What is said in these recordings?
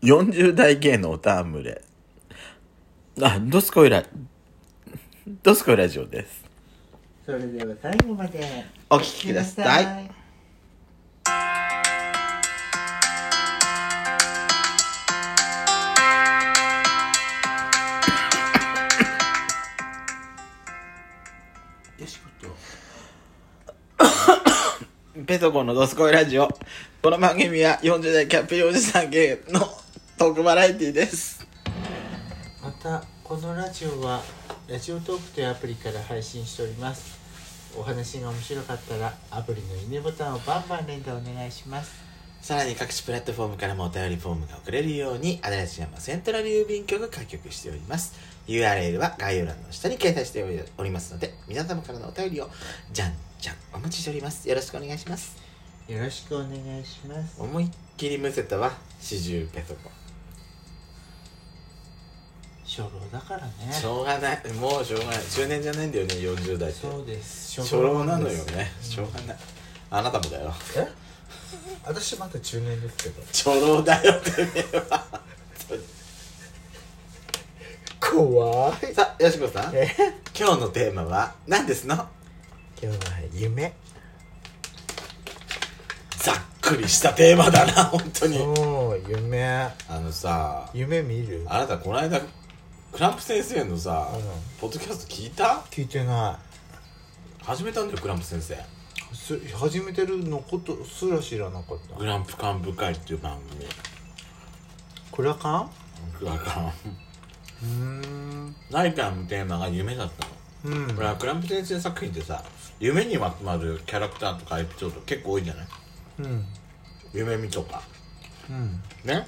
40代芸能タームレ。ドスコイラジオです。 それでは最後までお聞きください。 よしことペソコのドスコイラジオ。この番組は40代キャッピーおじさん芸のトークバラエティです。 またこのラジオはラジオトークというアプリから配信しております。お話が面白かったらアプリのいいねボタンをバンバン連打お願いします。 さらに各種プラットフォームからもお便りフォームが送れるようにアドレス山セントラル郵便局が開局しております。 URL は概要欄の下に掲載しておりますので、皆様からのお便りをじゃんじゃんお待ちしております。よろしくお願いします。 よろしくお願いします。 思いっきりむせたわ40ペソコ。 初老だからね。 しょうがない、もうしょうがない。中年じゃないんだよね、40代って。 そうです、 初老なのよね、しょうがない。あなたもだよ。 私まだ中年ですけど。 初老だよってねは怖い。 さあ、よしこさん、今日のテーマは何ですの？ 今日は夢。 ざっくりしたテーマだな、本当に。 そう、夢。 さ、 夢見る？ あなたこの間クランプ先生のさ、ポッドキャスト聞いた？ 聞いてな始めたんだよ、クランプ先生。 始めてるのことすら知らなかった。 グランプ幹部会っていう番組。 クラカン？ クラカン。ナイターのテーマが夢だったの。これはクランプ先生作品ってさ、夢にまつわるキャラクターとかエピソード結構多いじゃない？夢見とか。ね？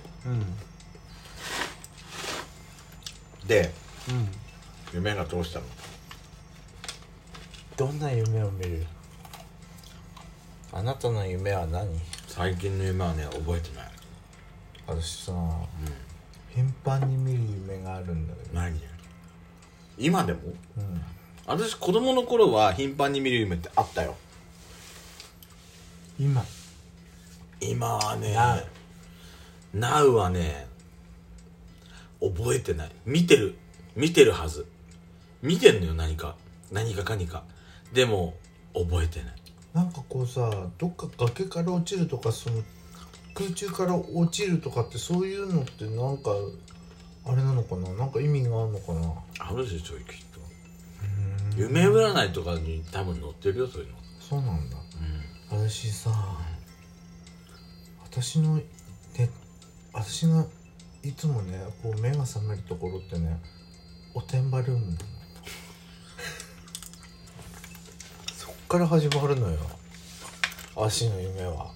で、夢がどうしたの？ どんな夢を見る？あなたの夢は何？ 最近の夢はね、覚えてない。 私さ、頻繁に見る夢があるんだよ。 何？今でも？私子供の頃は頻繁に見る夢ってあったよ。今はね、Now はね、覚えてない。見てるはず。見てんのよ、何かでも覚えてない。 なんかこうさ、どっか崖から落ちるとか、その空中から落ちるとかって、そういうのってなんかあれなのかな、なんか意味があるのかな。あるでしょ、きっと。夢占いとかに多分載ってるよ、そういうの。 そうなんだ。私さ、私がいつもね、こう目が覚めるところってね、おてんばルームなの。そっから始まるのよ、私の夢は。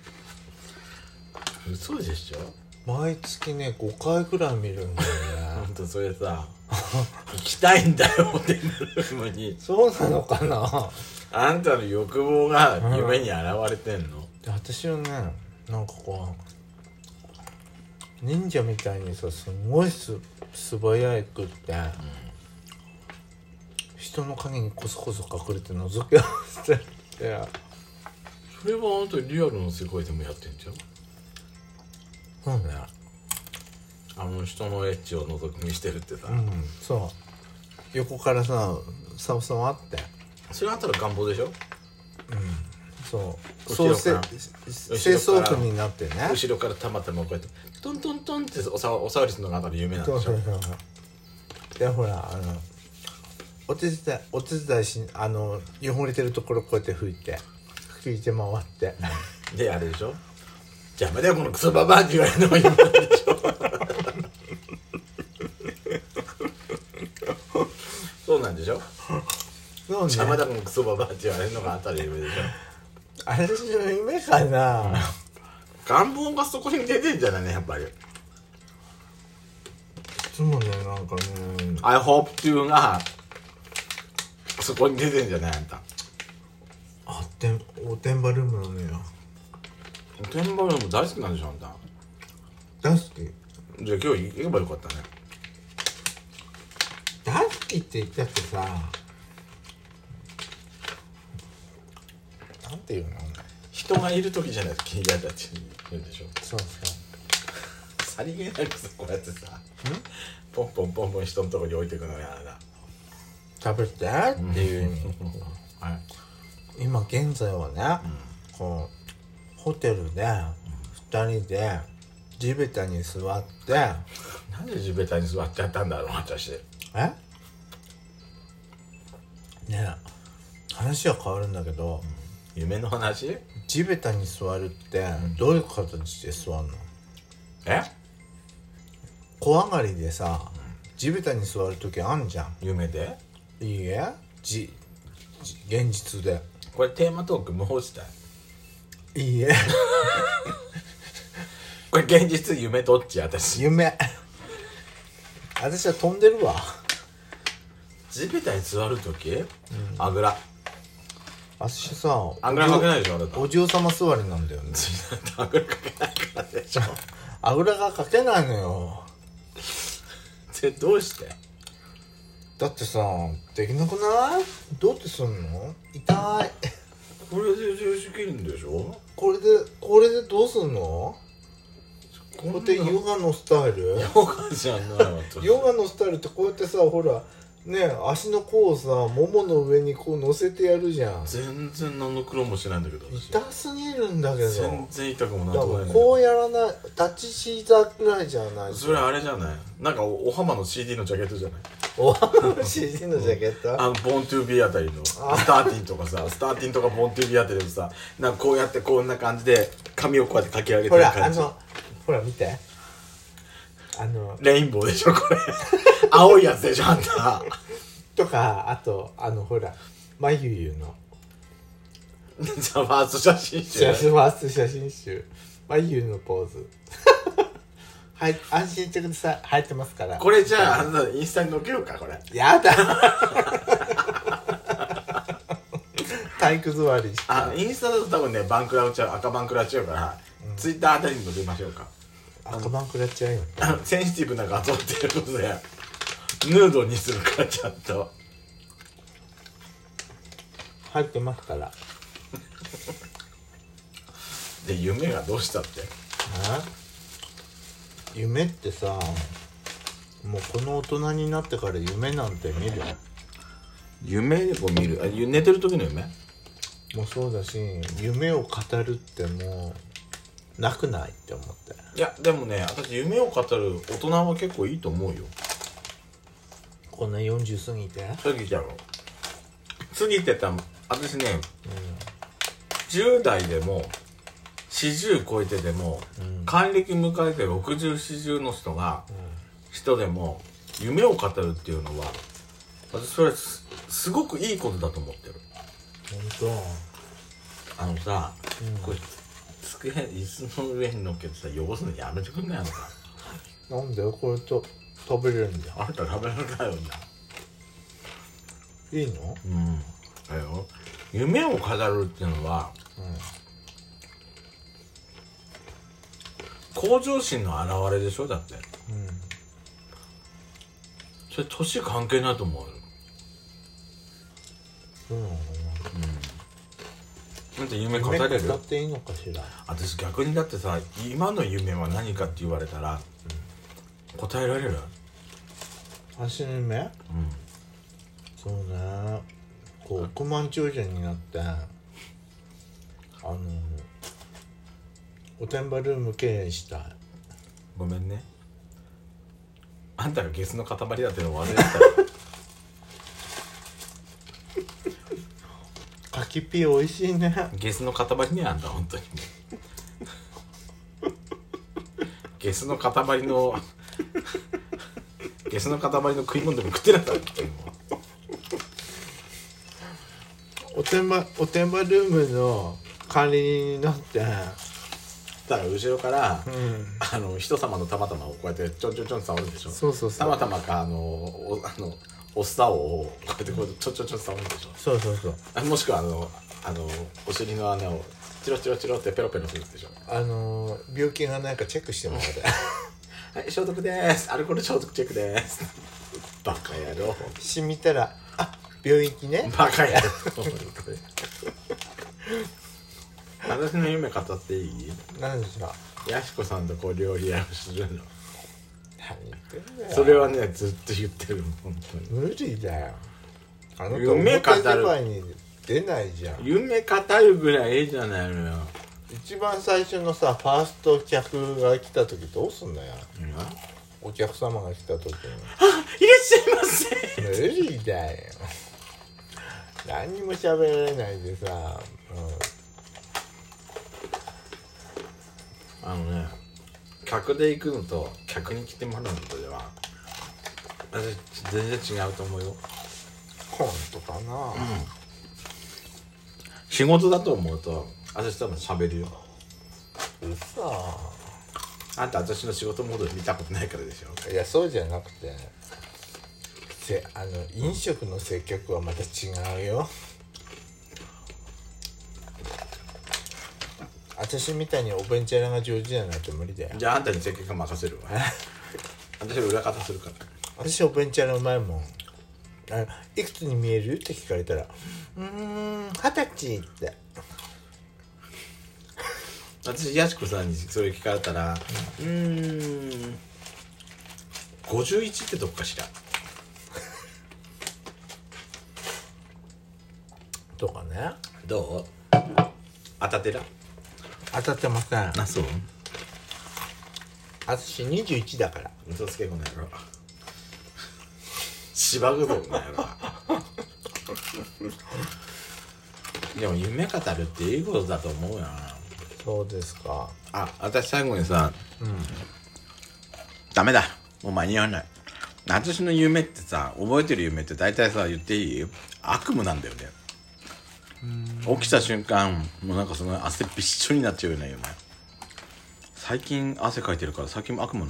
嘘でしょ？ 毎月ね、5回ぐらい見るんだよね。 ほんと、それさ行きたいんだよ、おてんばルームに。 そうなのかな。 あんたの欲望が夢に現れてんの？ で、私はね、なんかこう忍者みたいにさ、すごい素早くって、人の影にこそこそ隠れて覗き合わせて。 それはあんたリアルの世界でもやってんじゃん。 そうね。 人のエッチを覗き見してるってさ、 そう、横からさ、サワサワって。 それあんたの願望でしょ？ そう清掃婦になってね、 後ろからたまたまこうやってトントントンってお触りするのがあんたの夢なんでしょ？そうで、ほら、お手伝いし、汚れてるところこうやって拭いて回って、 で、あれでしょ？邪魔だよこのクソババアって言われるのが夢なんでしょ？そうなんでしょ？そうね、邪魔だこのクソババアって言われるのがあんたの夢でしょ？ 私の夢かな。 願望がそこに出てんじゃないね、やっぱり。いつもね、なんかね、 I hope to がそこに出てんじゃない、あんた。 おてんばルームなのよ。 おてんばルーム大好きなんでしょ、あんた。 大好き。 じゃあ今日行けばよかったね。 大好きって言ったってさ、なんていうの、 人がいる時じゃないと嫌だって言うんでしょ。 そうさりげなくさこうやってさポンポンポンポン人のとこに置いていくのやだ。 食べてっていう意味はい、 今現在はね、こうホテルで2人で地べたに座ってなんで地べたに座ってやったんだろう私。 ねえ話は変わるんだけど、 夢の話？ 地べたに座るってどういう形で座るの？小上がりでさ、地べたに座るときあんじゃん。 夢で？ いいえ、現実で。 これテーマトーク無法地帯。 いいえこれ現実夢どっち？私夢私は飛んでるわ。 地べたに座るとき、あぐら私さあぐらかけないでしょあなた。 お嬢様座りなんだよねあぐらかけないからでしょあぐらがかけないのよ。 どうして？ だってさできなくない？どうやってすんの？痛い。 これで充子切るんでしょ？ これでどうすんの？こうやってヨガのスタイル？ ヨガじゃないわと。 ヨガのスタイルってこうやってさ、ほらね、足の甲をさももの上にこう乗せてやるじゃん。 全然何の苦労もしないんだけど。 痛すぎるんだけど。 全然痛くもなんだからともないんだけど。 こうやらない、立ち膝くらいじゃない。 それあれじゃない？なんかお浜の CD のジャケットじゃない？ おCD のジャケット？ ボントゥービーあたりのスターティンとかさ、スターティンとかボントゥービーあたりのさ、なんかこうやってこんな感じで髪をこうやってかき上げてほらる感じ。 ほら見て、 レインボーでしょこれ青いやつでしょあんたとか、あとほらまゆゆのじゃあファースト写真集ファースト写真集、まゆゆのポーズはい、安心してください、入ってますから。 これじゃあインスタに載っけようかこれ。 やだ体育座りして。 インスタだと多分ねバンクラっちゃう、赤バンクラっちゃうから、ツイッターあたりに載せましょうか。 赤バンクラっちゃうよ。 センシティブな画像っていうことでヌードにするからちゃんと入ってますからで夢がどうしたって？ 夢ってさ、もうこの大人になってから夢なんて見る？ 夢を見る？寝てる時の夢もそうだし、夢を語るってもうなくないって思って。 いやでもね、私夢を語る大人は結構いいと思うよ。 こんな40過ぎて過ぎちゃうの過ぎてた私ね、10代でも40超えてでも、還暦迎えて60、40の人でも夢を語るっていうのは私それすごくいいことだと思ってる。 本当？ さ、これ机椅子の上に乗っけてさ汚すのやめてくんないのか。 なんでこれと食べれるんじゃん。 あんた食べられないよね。 いいの？ だよ。夢を語るっていうのは、向上心の表れでしょだって。それ年関係ないと思うよ。なんて夢語れる？ 夢語っていいのかしら。 私逆にだってさ、今の夢は何かって言われたら、答えられる？ 足の夢？そうね、こう億万長者になっておてんばルーム経営したい。 ごめんね、あんたがゲスの塊だっての忘れてたよ柿ピー美味しいね。 ゲスの塊ねあんた本当にゲスの塊のゲスの塊の食い物でも食ってなかったよ。 おてんばルームの管理人になってだから後ろから、人様のたまたまをこうやってちょんちょんちょん触るでしょ。 そうそうそう。 たまたまかおっさおをこうやってこうちょんちょんちょん触るでしょ。 そうそうそう。 もしくはお尻の穴をチロチロチロってペロペロするでしょ。 病気がないかチェックしてもらってはい消毒です、アルコール消毒チェックですバカ野郎。 染みたら病院行きね。 バカ野郎私の夢語っていい？ 何でしょう。 やしこさんとこう料理屋をするの。 何言ってんだよ。 それはねずっと言ってるの本当に。 無理だよ。あの子夢語る表世界に出ないじゃん。 夢語るぐらいいいじゃないのよ。 一番最初のさ、ファースト客が来た時どうすんだよ。お客様が来た時に。 いらっしゃいませ。 無理だよ。何にも喋られないでさ、 客で行くのと客に来てもらうのとでは私全然違うと思うよ。 本当かな、 仕事だと思うと私多分喋るよ。 うそ。 あんた私の仕事モードで見たことないからでしょ。 いや、そうじゃなくて飲食の接客はまた違うよ。私みたいにおべんちゃらが上手じゃないと無理だよ。 じゃああんたに接客任せるわ。私は裏方するから。 私おべんちゃらうまいもん。いくつに見えるって聞かれたら20歳って私やしこさんにそれ聞かれたら51ってどっかしらとかね。 どう？当たってら？ 当たってません。 あ、そう？ 私21だから。 嘘つけこの野郎。芝ぐどんの野郎。でも夢語るっていいことだと思うよな。 そうですか。 あ、私最後にさ、ダメだ、もう間に合わない。私の夢ってさ、覚えてる夢って大体さ、言っていい？悪夢なんだよね。起きた瞬間もうなんかその汗びっしょりになっちゃうような夢。最近汗かいてるから最近も悪夢